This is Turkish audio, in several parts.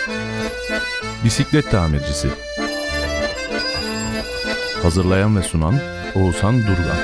Bisiklet Tamircisi. Hazırlayan ve sunan Oğuzhan Durgan.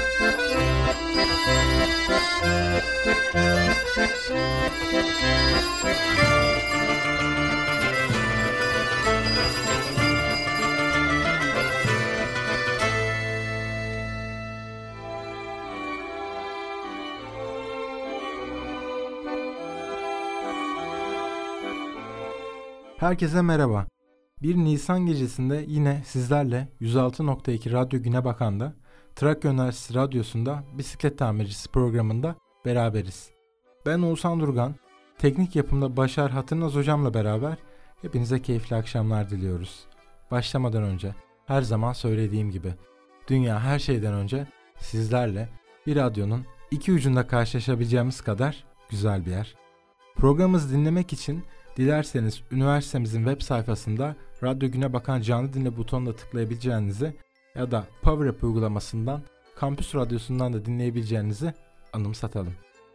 Herkese merhaba. 1 Nisan gecesinde yine sizlerle 106.2 Radyo Günebakan'da, Trakya Üniversitesi Radyosu'nda Bisiklet Tamircisi programında beraberiz. Ben Oğuzhan Durgan, teknik yapımda Başar Hatırnaz hocamla beraber hepinize keyifli akşamlar diliyoruz. Başlamadan önce her zaman söylediğim gibi, dünya her şeyden önce sizlerle bir radyonun iki ucunda karşılaşabileceğimiz kadar güzel bir yer. Programımızı dinlemek için dilerseniz üniversitemizin web sayfasında Radyo Günebakan canlı dinle butonuna tıklayabileceğinizi ya da Power App uygulamasından, Kampüs Radyosu'ndan da dinleyebileceğinizi anımsatalım.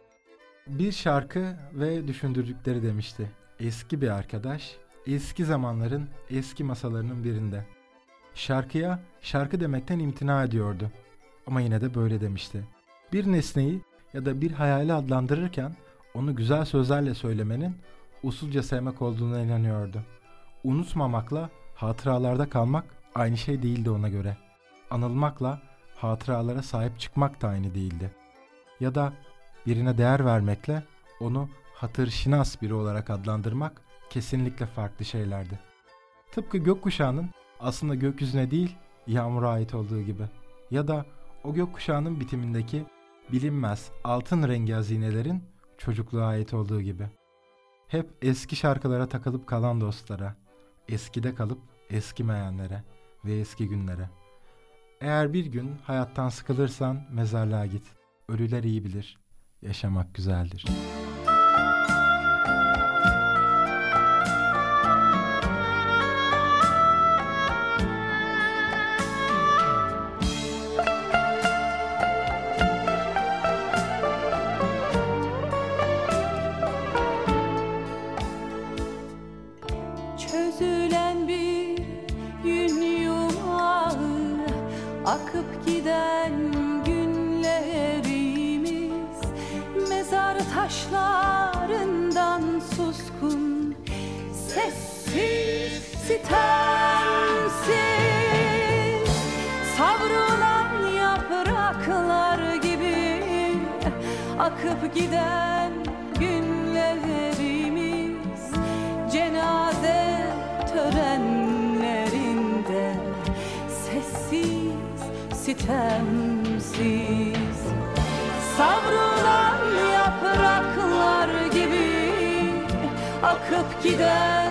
Bir şarkı ve düşündürdükleri demişti. Eski bir arkadaş, eski zamanların eski masalarının birinde. Şarkıya şarkı demekten imtina ediyordu. Ama yine de böyle demişti. Bir nesneyi ya da bir hayali adlandırırken onu güzel sözlerle söylemenin usulca sevmek olduğuna inanıyordu. Unutmamakla hatıralarda kalmak aynı şey değildi ona göre. Anılmakla hatıralara sahip çıkmak da aynı değildi. Ya da birine değer vermekle onu hatırşinas biri olarak adlandırmak kesinlikle farklı şeylerdi. Tıpkı gökkuşağının aslında gökyüzüne değil yağmura ait olduğu gibi. Ya da o gökkuşağının bitimindeki bilinmez altın rengi hazinelerin çocukluğa ait olduğu gibi. Hep eski şarkılara takılıp kalan dostlara, eskide kalıp eskimeyenlere ve eski günlere. Eğer bir gün hayattan sıkılırsan mezarlığa git. Ölüler iyi bilir. Yaşamak güzeldir. Çözülen bir gün yumağı, akıp giden günlerimiz, mezar taşlarından suskun, sessiz, sitemsiz, savrulan yapraklar gibi akıp giden günlerimiz, cenaze törenlerinde sessiz, sitemsiz, savrulan yapraklar gibi akıp giden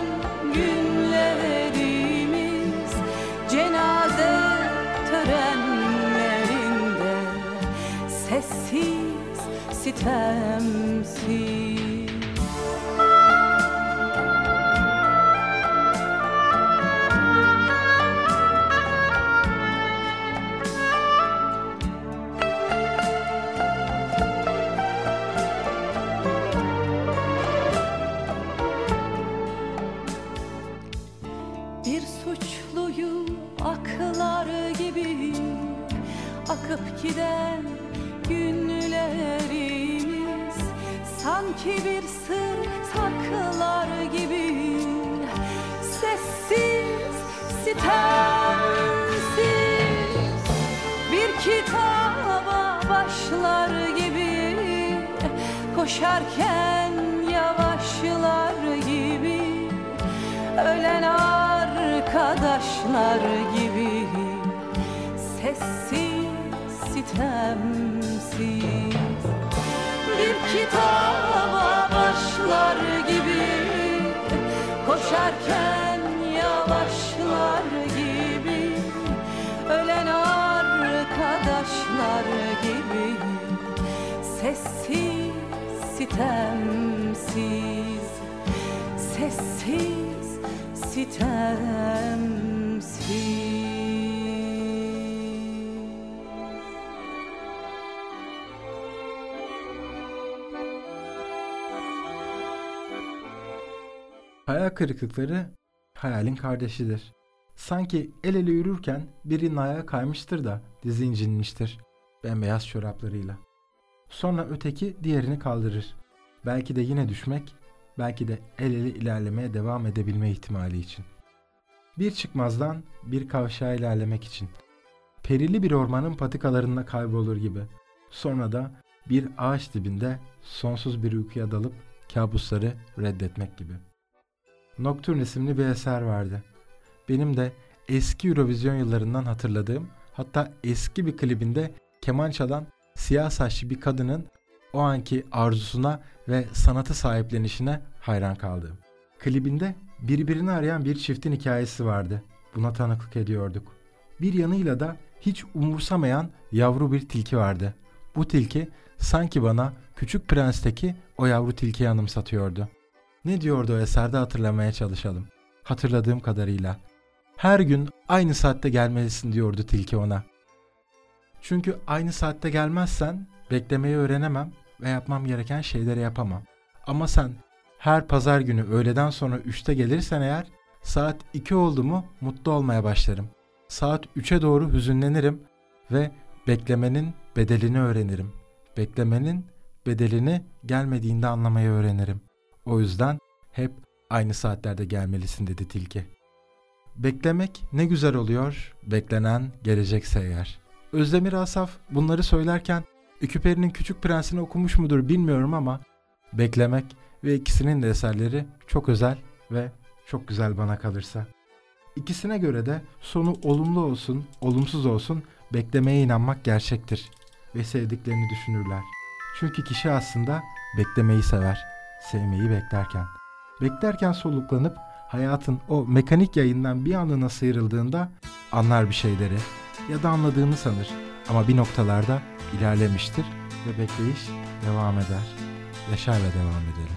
günlerimiz, cenaze törenlerinde sessiz, sitemsiz. Akıp giden günlerimiz sanki bir sır saklar gibi, sessiz, sitemsiz, bir kitaba başlar gibi, koşarken yavaşlar gibi, ölen arkadaşlar gibi, sessiz, sitemsiz, bir kitaba başlar gibi, koşarken yavaşlar gibi, ölen arkadaşlar gibi, sessiz, sitemsiz, sessiz, sitemsiz. Hayal kırıklıkları hayalin kardeşidir. Sanki el ele yürürken birinin ayağı kaymıştır da dizi incinmiştir bembeyaz çoraplarıyla. Sonra öteki diğerini kaldırır. Belki de yine düşmek, belki de el ele ilerlemeye devam edebilme ihtimali için. Bir çıkmazdan bir kavşağa ilerlemek için. Perili bir ormanın patikalarında kaybolur gibi. Sonra da bir ağaç dibinde sonsuz bir uykuya dalıp kabusları reddetmek gibi. Nocturne isimli bir eser vardı. Benim de eski Eurovision yıllarından hatırladığım, hatta eski bir klibinde keman çalan siyah saçlı bir kadının o anki arzusuna ve sanatı sahiplenişine hayran kaldığım. Klibinde birbirini arayan bir çiftin hikayesi vardı. Buna tanıklık ediyorduk. Bir yanıyla da hiç umursamayan yavru bir tilki vardı. Bu tilki sanki bana Küçük Prens'teki o yavru tilkiyi anımsatıyordu. Ne diyordu o eserde hatırlamaya çalışalım. Hatırladığım kadarıyla. Her gün aynı saatte gelmelisin diyordu tilki ona. Çünkü aynı saatte gelmezsen beklemeyi öğrenemem ve yapmam gereken şeyleri yapamam. Ama sen her pazar günü öğleden sonra 3'te gelirsen eğer saat 2 oldu mu mutlu olmaya başlarım. Saat 3'e doğru hüzünlenirim ve beklemenin bedelini öğrenirim. Beklemenin bedelini gelmediğinde anlamayı öğrenirim. O yüzden hep aynı saatlerde gelmelisin dedi tilki. Beklemek ne güzel oluyor, beklenen gelecekse eğer. Özdemir Asaf bunları söylerken Exupéry'nin Küçük Prens'ini okumuş mudur bilmiyorum ama beklemek ve ikisinin de eserleri çok özel ve çok güzel bana kalırsa. İkisine göre de sonu olumlu olsun, olumsuz olsun beklemeye inanmak gerçektir ve sevdiklerini düşünürler. Çünkü kişi aslında beklemeyi sever, sevmeyi beklerken. Beklerken soluklanıp hayatın o mekanik yayından bir anına sıyrıldığında anlar bir şeyleri ya da anladığını sanır ama bir noktalarda ilerlemiştir ve bekleyiş devam eder. Yaşar ve devam edelim.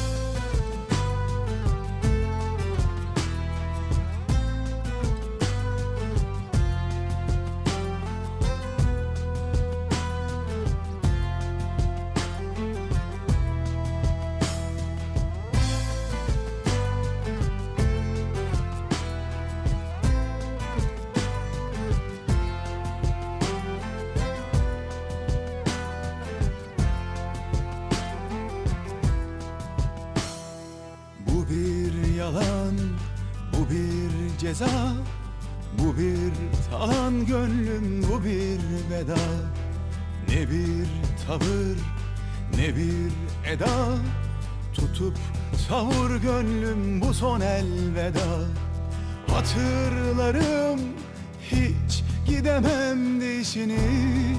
Ceza, bu bir talan gönlüm, bu bir veda. Ne bir tavır, ne bir eda. Tutup savur gönlüm bu son elveda. Hatırlarım hiç gidemem dişini.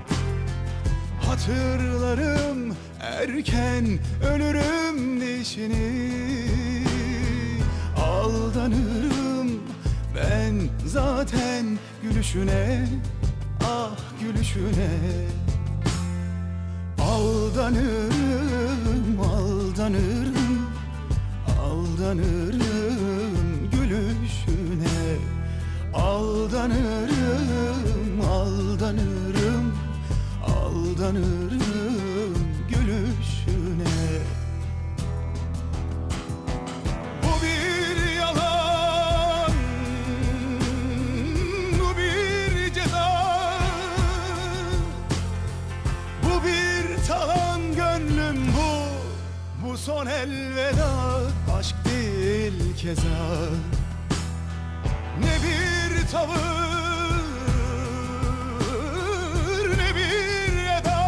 Hatırlarım erken ölürüm dişini. Aldanırım ben zaten gülüşüne, ah gülüşüne. Aldanırım, aldanırım, aldanırım gülüşüne. Aldanırım, aldanırım, aldanırım gülüşüne. Son elveda, aşk değil keza. Ne bir tavır, ne bir eda.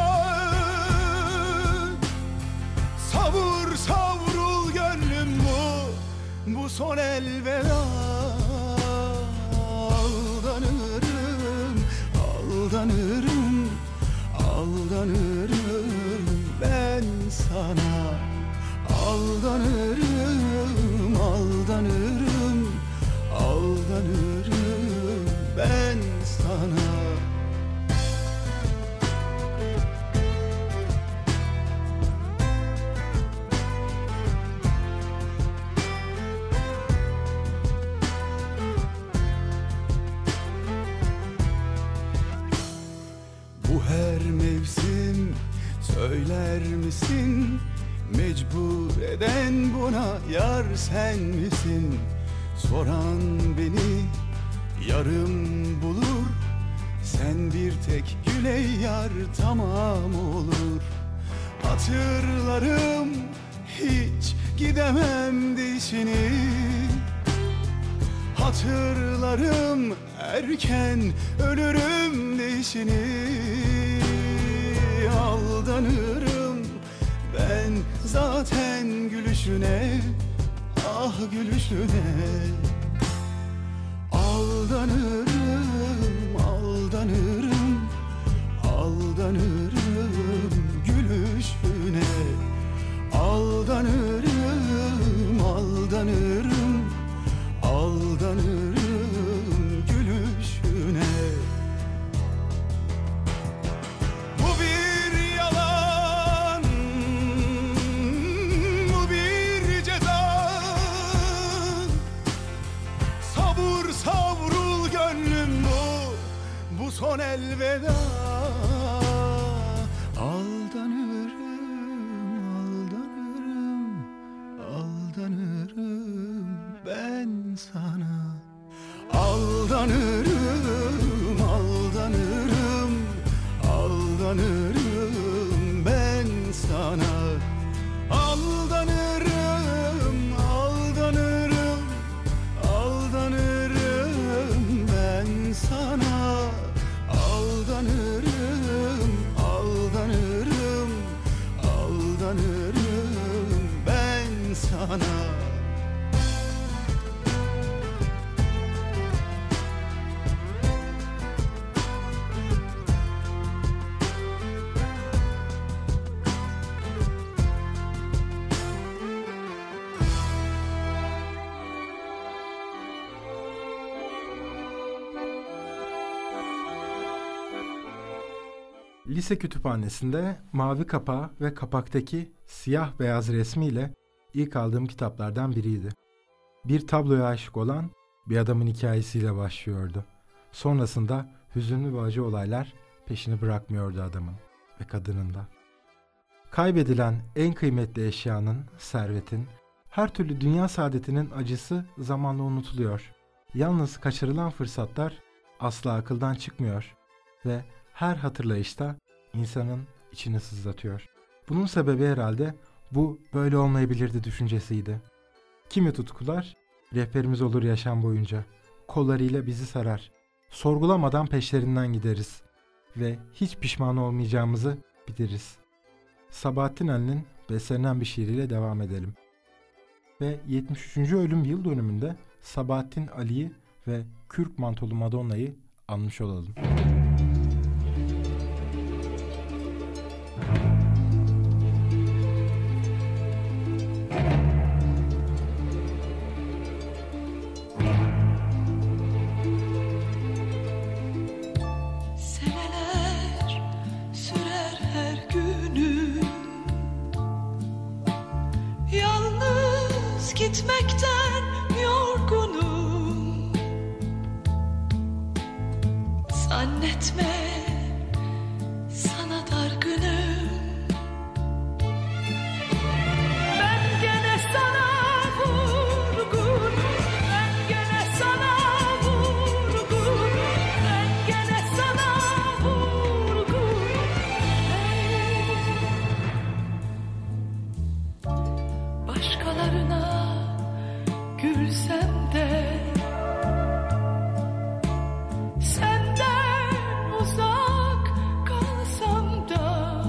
Savur savrul gönlüm bu son elveda. Aldanırım, aldanırım, aldanırım ben sana. Aldanırım, aldanırım, aldanırım ben sana. Bu her mevsim söyler misin? mecbur eden buna yar sen misin? Soran beni yarım bulur. Sen bir tek güle yar tamam olur. Hatırlarım hiç gidemem dişini. Hatırlarım erken ölürüm dişini. Aldanırım ben zaten gülüşüne, ah gülüşüne. Aldanırım, aldanırım, aldanırım gülüşüne. Aldanırım, aldanırım, aldanırım gülüşüne. Bu bir yalan, bu bir ceza. Savur savrul gönlüm bu son elveda. Aldanırım, aldanırım ben sana. Aldanırım, aldanırım, aldanırım ben sana. Aldanırım, aldanırım, aldanırım ben sana. Aldanırım, aldanırım, aldanırım ben sana. Lise kütüphanesinde mavi kapağı ve kapaktaki siyah beyaz resmiyle ilk aldığım kitaplardan biriydi. Bir tabloya aşık olan bir adamın hikayesiyle başlıyordu. Sonrasında hüzünlü ve acı olaylar peşini bırakmıyordu adamın ve kadının da. Kaybedilen en kıymetli eşyanın, servetin, her türlü dünya saadetinin acısı zamanla unutuluyor. Yalnız kaçırılan fırsatlar asla akıldan çıkmıyor ve her hatırlayışta insanın içini sızlatıyor. Bunun sebebi herhalde bu böyle olmayabilirdi düşüncesiydi. Kimi tutkular rehberimiz olur yaşam boyunca. Kollarıyla bizi sarar. Sorgulamadan peşlerinden gideriz. Ve hiç pişman olmayacağımızı biliriz. Sabahattin Ali'nin beslenen bir şiiriyle devam edelim. Ve 73. ölüm yıl dönümünde Sabahattin Ali'yi ve Kürk Mantolu Madonna'yı anmış olalım. Gitmekten yorgunum. Zannetme sana dargınım. Ben gene sana vurgunum. Ben gene sana vurgunum. Ben gene sana vurgunum. Başkalarına gülsem de senden uzak kalsam da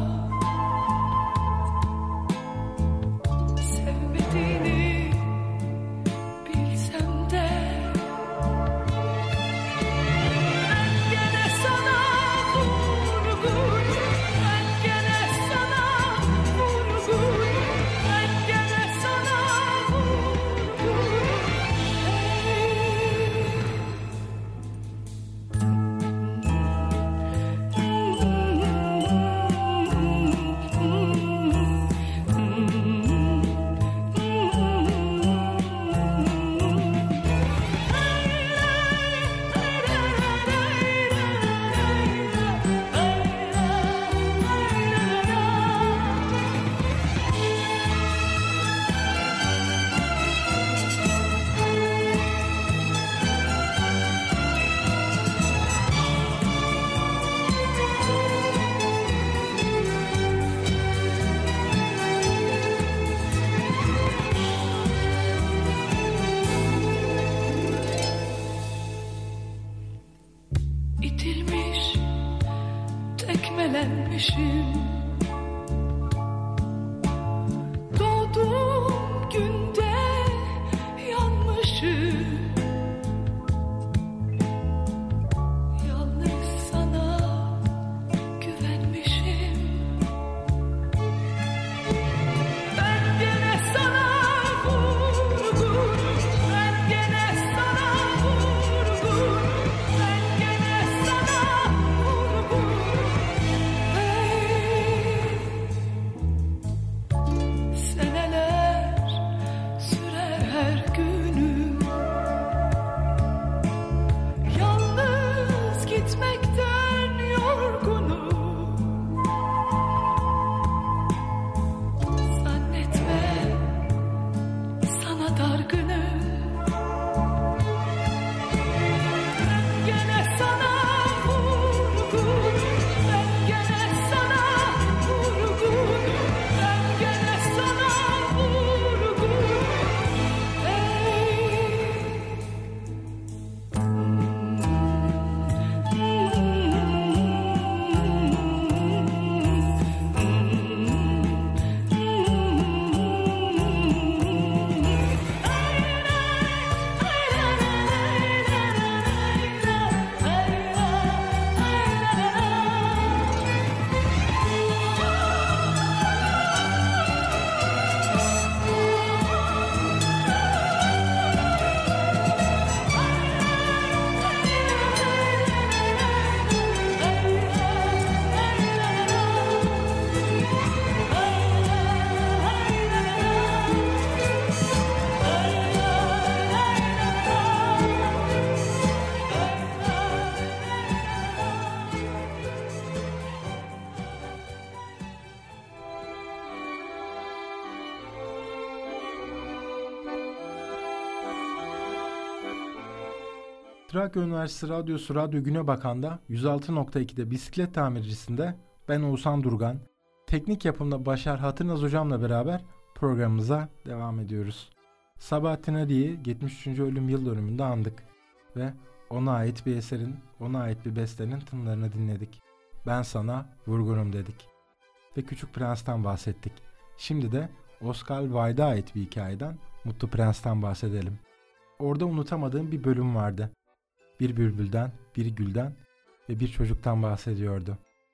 sevmediğini bilsem de ben gene sana vurgunum. Ben gene sana vurgunum. Ben gene sana vurgunum. güvermişim. Doğduğum günde yanmışım. Yalnız sana güvenmişim. Ben gene sana vurgun, ben gene sana vurgun, ben gene sana vurgun. Seneler sürer her günüm. Yalnız gitmekten yorgunum. Zannetme sana dargınım. Ben gene sana vurgun, ben gene sana vurgun, ben gene sana vurgun. Trakya Üniversitesi Radyosu Radyo Güne Bakan'da 106.2'de Bisiklet Tamircisi'nde ben Oğuzhan Durgan, teknik yapımda Başar Hatırnaz hocamla beraber programımıza devam ediyoruz. Sabahattin Ali'yi 73. ölüm yıl dönümünde andık ve ona ait bir eserin, ona ait bir bestenin tınılarını dinledik. Ben sana vurgunum dedik ve Küçük Prens'ten bahsettik. Şimdi de Oscar Wilde'a ait bir hikayeden, Mutlu Prens'ten bahsedelim. Orada unutamadığım bir bölüm vardı. Bir bülbülden, bir gülden ve bir çocuktan bahsediyordu.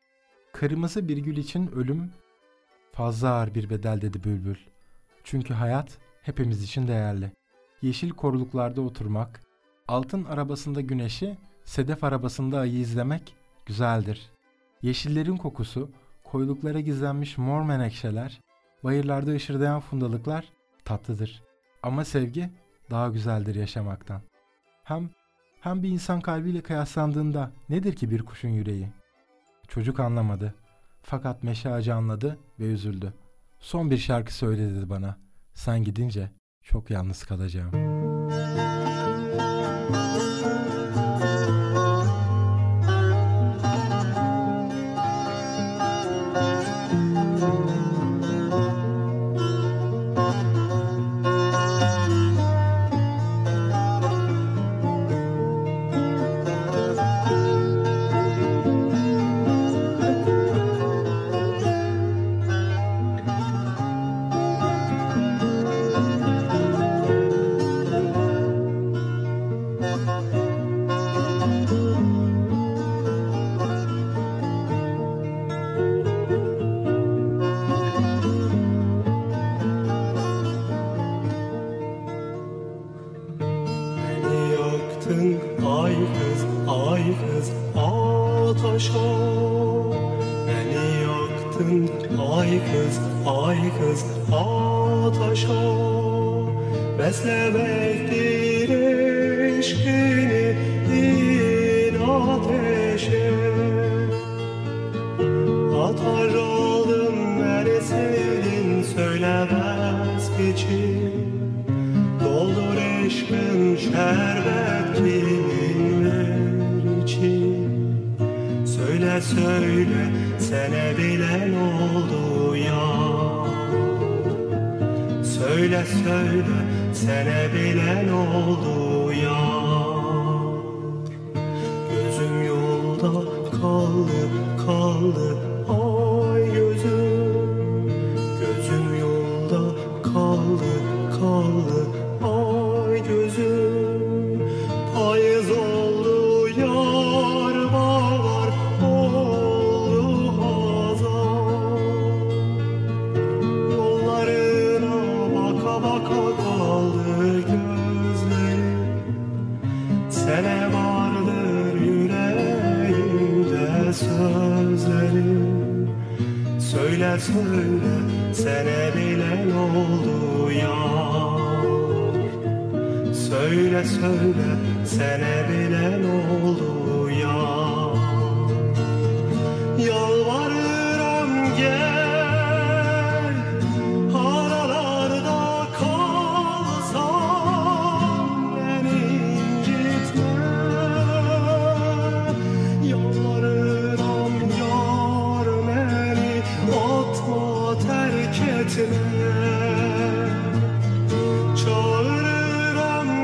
Kırmızı bir gül için ölüm fazla ağır bir bedel dedi bülbül. Çünkü hayat hepimiz için değerli. Yeşil koruluklarda oturmak, altın arabasında güneşi, sedef arabasında ayı izlemek güzeldir. Yeşillerin kokusu, koyluklara gizlenmiş mor menekşeler, bayırlarda ışırdayan fundalıklar tatlıdır. Ama sevgi daha güzeldir yaşamaktan. Hem bir insan kalbiyle kıyaslandığında nedir ki bir kuşun yüreği? Çocuk anlamadı. Fakat meşe ağacı anladı ve üzüldü. Son bir şarkı söyle dedi bana. Sen gidince çok yalnız kalacağım. Beslemektir eşkini in ateşe. Atar oldum beni sevdin söylemez geçin. Doldur eşkın şerbetinin ver için. Söyle söyle sene bilen oldu ya. Söyle söyle sene bilen oldu yar. Gözüm yolda kaldı kaldı. söyle sene bilen oldu yar. Söyle söyle sene bilen oldu yar. Yalvarırım gel aralarda kalsam beni incitme. Yalvarırım yar beni atma terk etme. Çağırırım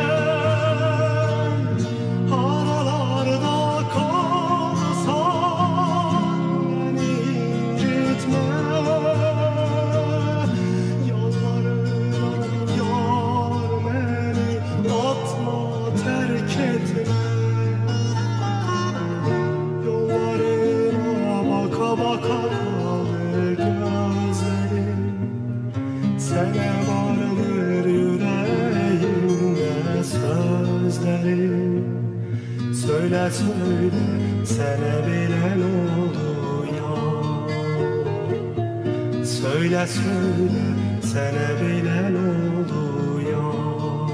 gel aralarda kalsam beni incitme. Yalvarırım yar beni atma terk etme. Yollarına baka baka kalır gözlerim. Sene vardır yüreğimde sözlerim. Söyle söyle sene bilen oldu yar. Söyle söyle sene bilen oldu yar.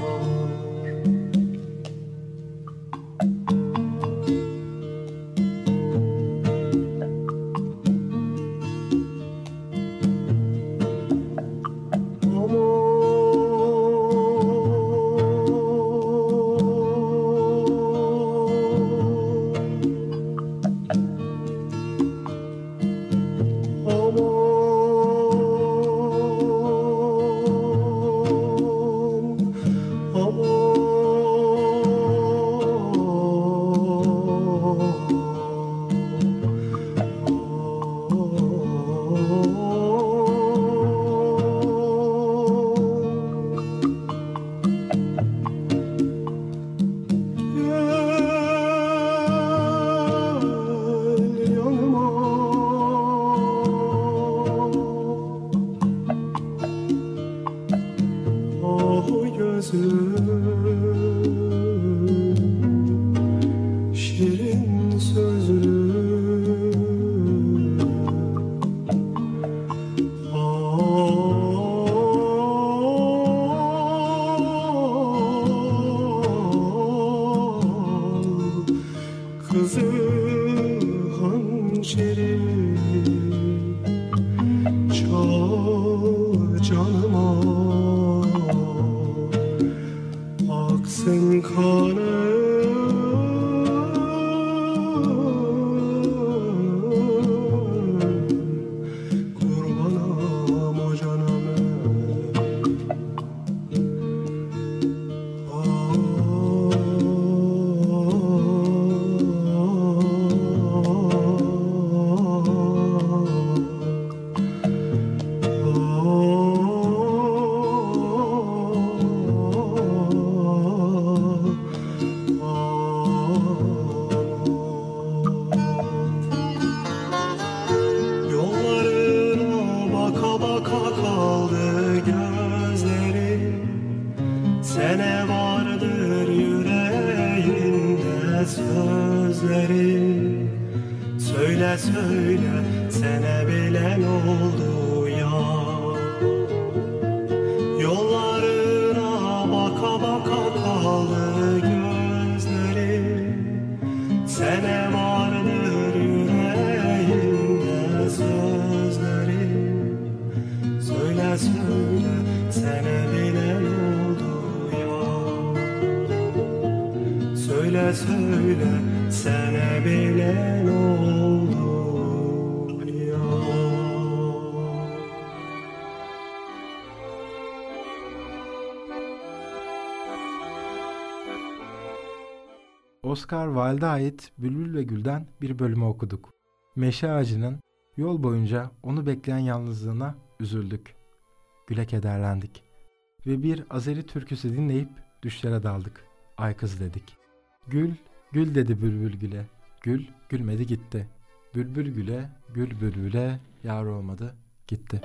Şirin sözlü kızı hançeri çal canıma aksın kanım. Sene vardır yüreğinde sözlerim. Söyle söyle sene bilen oldu yar. Yollarına baka baka kaldı gözlerim. Sene vardır yüreğinde sözlerim. Söyle söyle sene bilen oldu. Söyle söyle sene bilen oldu ya. Oscar Wilde'a ait Bülbül ve Gül'den bir bölümü okuduk. Meşe ağacının yol boyunca onu bekleyen yalnızlığına üzüldük. Güle kederlendik. Ve bir Azeri türküsü dinleyip düşlere daldık. Ay kız dedik. Gül, gül dedi bülbül güle. Gül, gülmedi gitti. Bülbül güle, gül bülbüle, yar olmadı, gitti.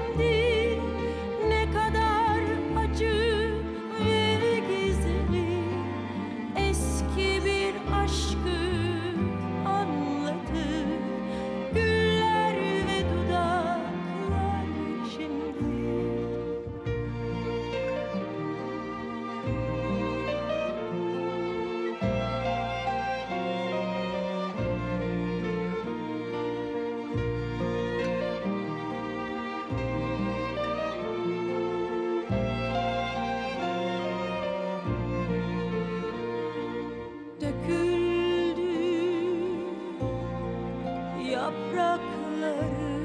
şimdi ne kadar acı ve gizli, eski bir aşkı anladı güller ve dudaklar şimdi. Döküldü yaprakları,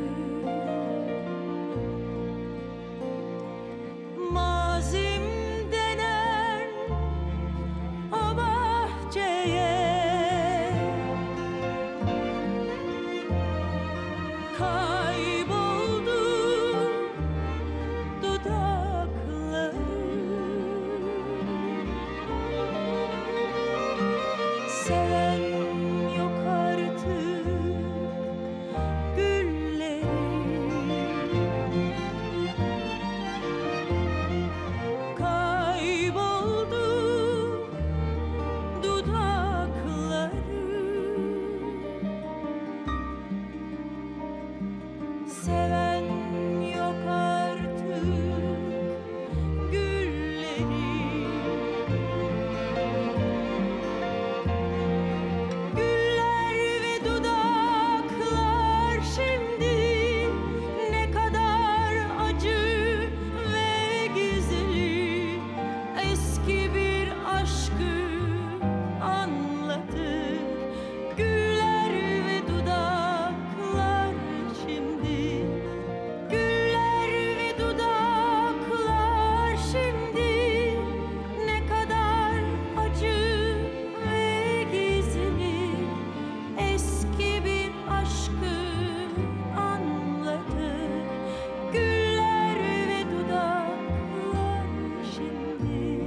mazim denen o bahçeye, kayboldu dudakları. Seven yok artık gülleri, kayboldu dudakları. Seven yok artık gülleri. Güller ve dudaklar şimdi ne kadar acı ve gizli, eski bir aşkı anladı güller ve dudaklar şimdi. Güller ve dudaklar şimdi ne kadar acı ve gizli, eski bir aşkı anladı güller ve dudaklar şimdi.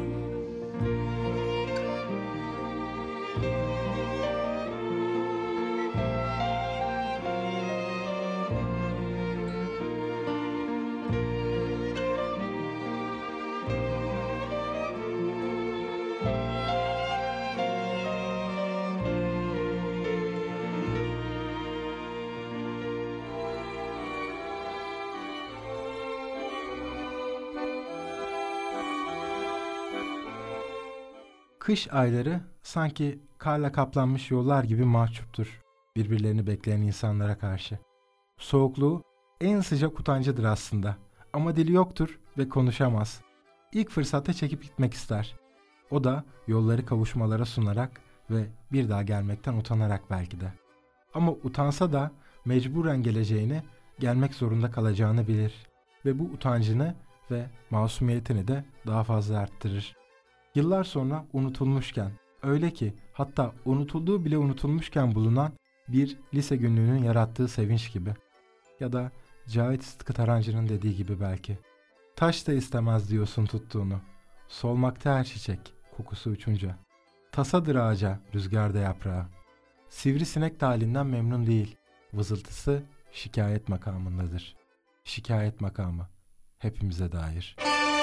Kış ayları sanki karla kaplanmış yollar gibi mahcuptur birbirlerini bekleyen insanlara karşı. Soğukluğu en sıcak utancıdır aslında ama dili yoktur ve konuşamaz. İlk fırsatta çekip gitmek ister. O da yolları kavuşmalara sunarak ve bir daha gelmekten utanarak belki de. Ama utansa da mecburen geleceğini, gelmek zorunda kalacağını bilir ve bu utancını ve masumiyetini de daha fazla arttırır. Yıllar sonra unutulmuşken, öyle ki hatta unutulduğu bile unutulmuşken bulunan bir lise günlüğünün yarattığı sevinç gibi. Ya da Cahit Sıtkı Tarancı'nın dediği gibi belki. Taş da istemez diyorsun tuttuğunu. Solmakta her çiçek, kokusu uçunca. Tasadır ağaca, rüzgarda yaprağı. Sivrisinek de halinden memnun değil. Vızıltısı şikayet makamındadır. Şikayet makamı hepimize dair.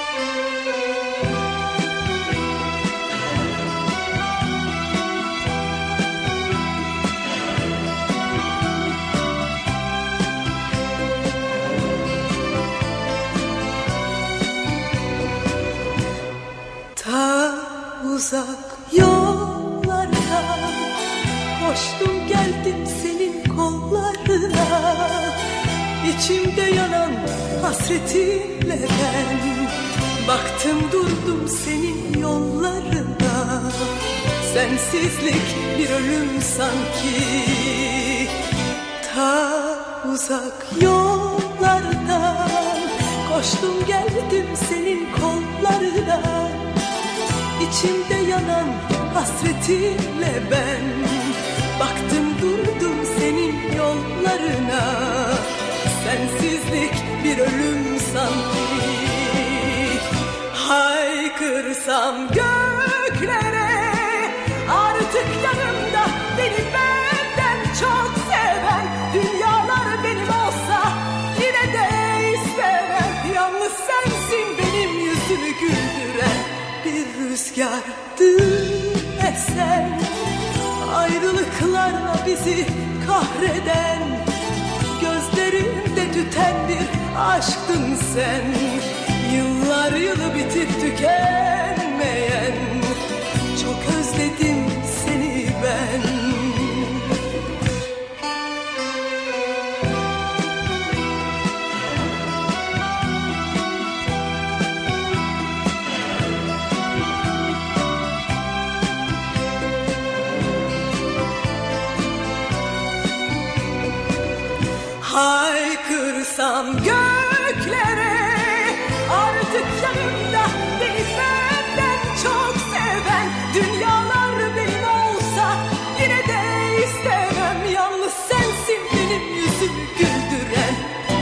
Ta uzak yollarda koştum geldim senin kollarına, içimde yanan hasretinle ben baktım durdum senin yollarına. Sensizlik bir ölüm sanki. Ta uzak yollardan koştum geldim senin kollarına, İçimde yanan hasretinle ben baktım durdum senin yollarına. Sensizlik bir ölüm sanki. Haykırsam göklere artık yanımda beni benden çok seven, dünyalar benim olsa yine de rüzgardı esen, ayrılıklarla bizi kahreden, gözlerimde tüten bir aşktın sen. Yıllar yılı bitip tükenmeyen, çok özledim seni ben. Haykırsam göklere, artık yanımda beni senden çok seven, dünyalar benim olsa yine de istemem. Yalnız sensin benim yüzümü güldüren.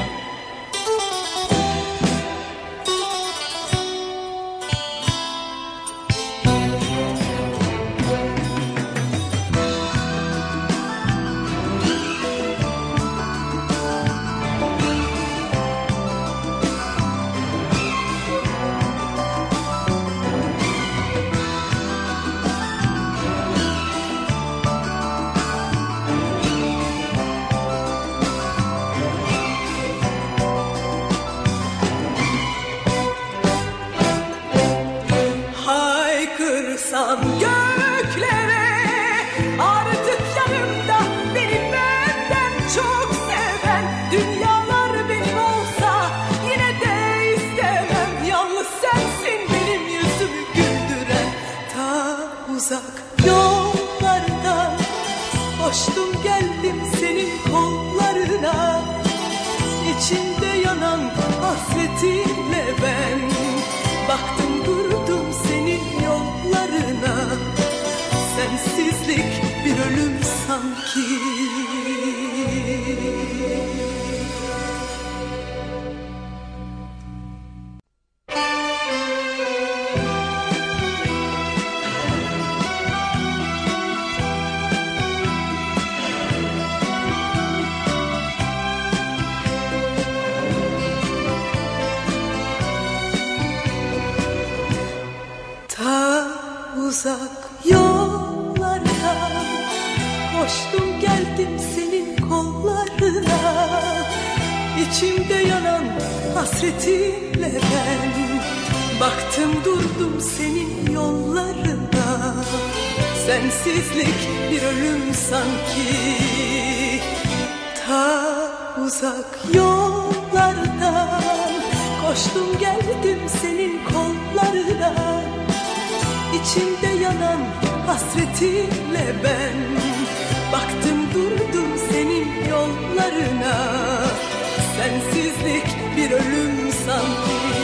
Haykırsam göklere, artık yanımda beni benden çok seven, dünyalar benim olsa yine de istemem. Yalnız sensin benim yüzümü güldüren. Ta uzak yollardan koştum geldim senin kollarına, İçimde yanan hasretinle ben baktım durdum senin yollarına. Sensizlik bir ölüm sanki. Uzak yollardan koştum geldim senin kollarına, İçimde yanan hasretinle ben baktım durdum senin yollarına. Sensizlik bir ölüm sanki. Ta uzak yollardan koştum geldim senin kollarına, İçimde yanan hasretinle ben baktım durdum senin yollarına. Sensizlik bir ölüm sanki.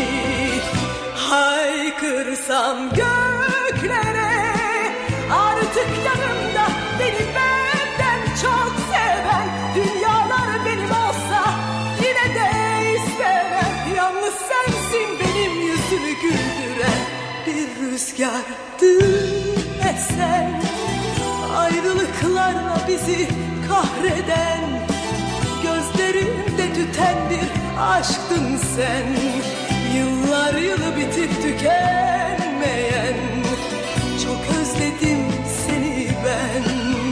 Haykırsam göklere, artık yanımda beni benden çok seven, dünyalar benim olsa yine de istemem. Yalnız sensin benim yüzümü güldüren. Bir rüzgardı esen, ayrılıklarla bizi kahreden, gözlerimde tüten bir aşktın sen. Yıllar yılı bitip tükenmeyen, çok özledim seni ben.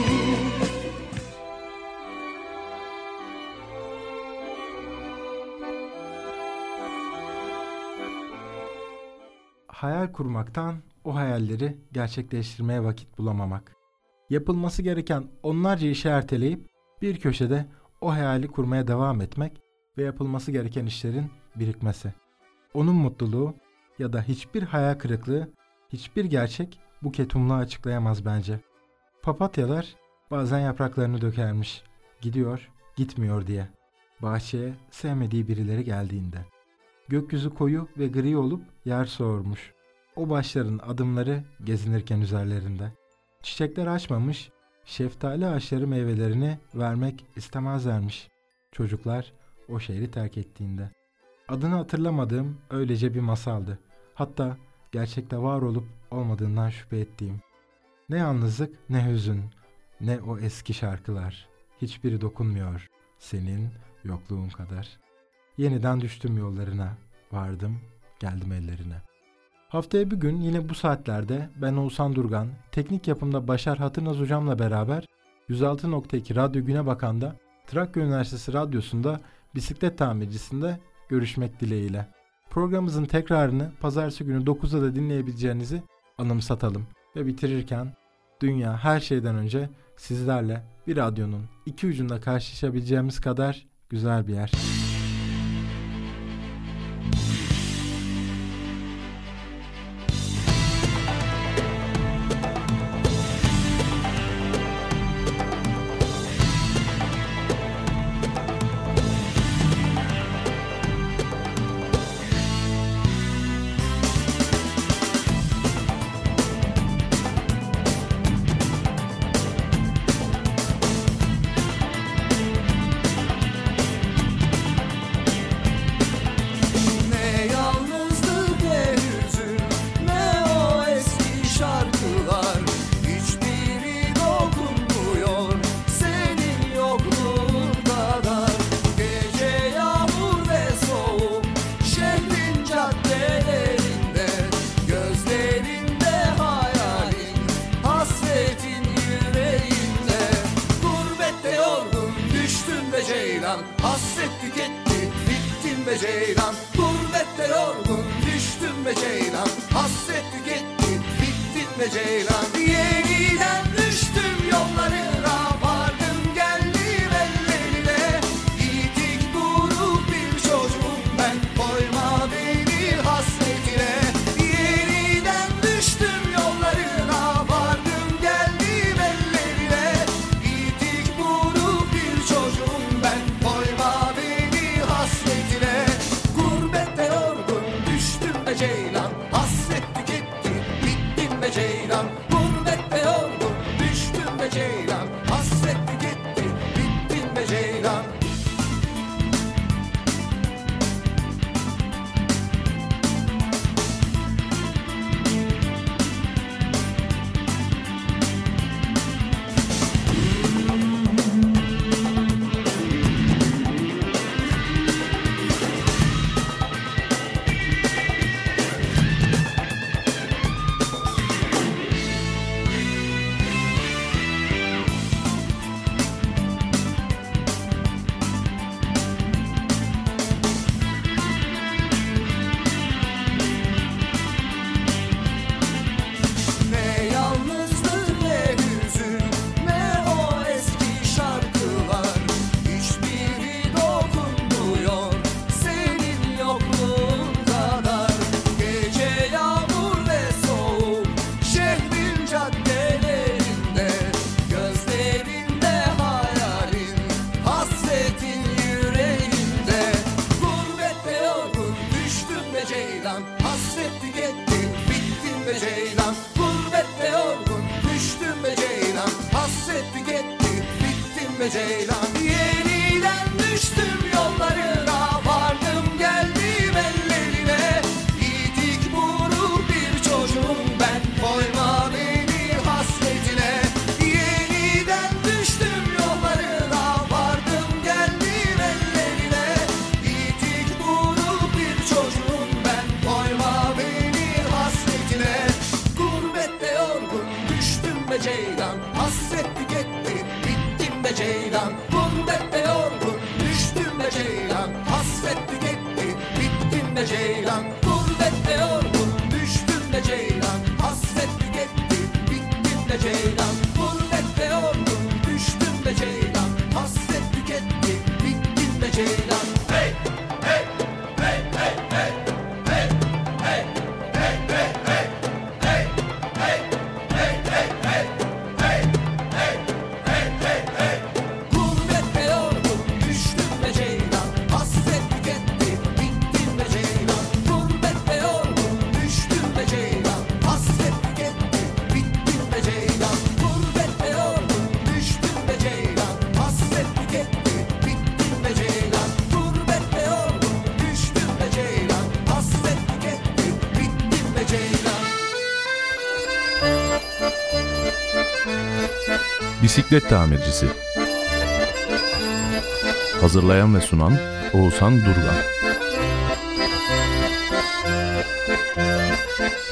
Hayal kurmaktan o hayalleri gerçekleştirmeye vakit bulamamak. Yapılması gereken onlarca işi erteleyip bir köşede o hayali kurmaya devam etmek ve yapılması gereken işlerin birikmesi. Onun mutluluğu ya da hiçbir hayal kırıklığı, hiçbir gerçek bu ketumluğu açıklayamaz bence. Papatyalar bazen yapraklarını dökermiş, gidiyor, gitmiyor diye. Bahçeye sevmediği birileri geldiğinde. Gökyüzü koyu ve gri olup yer soğurmuş. O başların adımları gezinirken üzerlerinde. Çiçekler açmamış, şeftali ağaçları meyvelerini vermek istemezlermiş. Çocuklar o şehri terk ettiğinde. Adını hatırlamadığım öylece bir masaldı. Hatta gerçekte var olup olmadığından şüphe ettiğim. Ne yalnızlık ne hüzün, ne o eski şarkılar. Hiçbiri dokunmuyor senin yokluğun kadar. Yeniden düştüm yollarına, vardım geldim ellerine. Haftaya bir gün yine bu saatlerde ben Oğuzhan Durgan, teknik yapımda Başar Hatırnaz hocamla beraber 106.2 Radyo Güne Bakan'da Trakya Üniversitesi Radyosu'nda bisiklet tamircisinde görüşmek dileğiyle. Programımızın tekrarını pazartesi günü 9'da da dinleyebileceğinizi anımsatalım. Ve bitirirken dünya her şeyden önce sizlerle bir radyonun iki ucunda karşılaşabileceğimiz kadar güzel bir yer. Hasret tüketti, bittim be ceylan. Gurbette yorgun, düştüm be ceylan. Hasret tüketti, bittim be ceylan. Yeniden düştüm yollarına, vardım geldim ellerine. Yiğitlik buruk bir çocuğum ben, koyma beni hasretine. Yeniden düştüm yollarına, vardım geldim ellerine. Yiğitlik buruk bir çocuğum ben, koyma beni hasretine. Gurbette yorgun, düştüm be ceylan. Hasret tüketti, bittim be ceylan. Gurbette yorgun, düştüm be ceylan. Hasret tüketti, bittim be ceylan. Ne yalnızlık ne hüzün, ne o eski şarkılar. Hiçbiri dokunmuyor senin yokluğun kadar. Gece yağmur ve soğuk, şehrin caddelerinde. Gözlerinde hayalin, hasretin yüreğinde. Gurbette yorgun, düştüm be ceylan. Hasret tüketti, bittim be ceylan. Gurbette yorgun, düştüm be ceylan. Hasret tüketti, bittim be ceylan. Yeniden düştüm yollarına, vardım geldim ellerine. Yiğitlik buruk bir çocuğum ben, koyma beni hasretine. Yeniden düştüm yollarına, vardım geldim ellerine. Yiğitlik buruk bir çocuğum ben, koyma beni hasretine. Gurbette yorgun, düştüm be ceylan. Hasret tüketti, bittim be ceylan. Gurbette yorgun, düştüm be ceylan. Hasret tüketti, bittim be ceylan. Gurbette yorgun, düştüm be ceylan. Hasret tüketti, bittim be ceylan. Gurbette yorgun, düştüm be ceylan. Hasret tüketti, bittim be ceylan. Hey, hey, hey, hey, hey, hey, hey, hey, hey, hey, hey, hey, hey, hey, hey, hey, hey, hey, hey. Gurbette yorgun, düştüm be ceylan. Hasret tüketti, bittim be ceylan. Gurbette yorgun, düştüm be ceylan. Hasret tüketti, bittim be ceylan. Gurbette yorgun, düştüm be ceylan. Hasret tüketti, bittim be ceylan. Gurbette yorgun, düştüm be ceylan. Hasret tüketti, bittim be ceylan. Bisiklet tamircisi. Hazırlayan ve sunan Oğuzhan Durgan.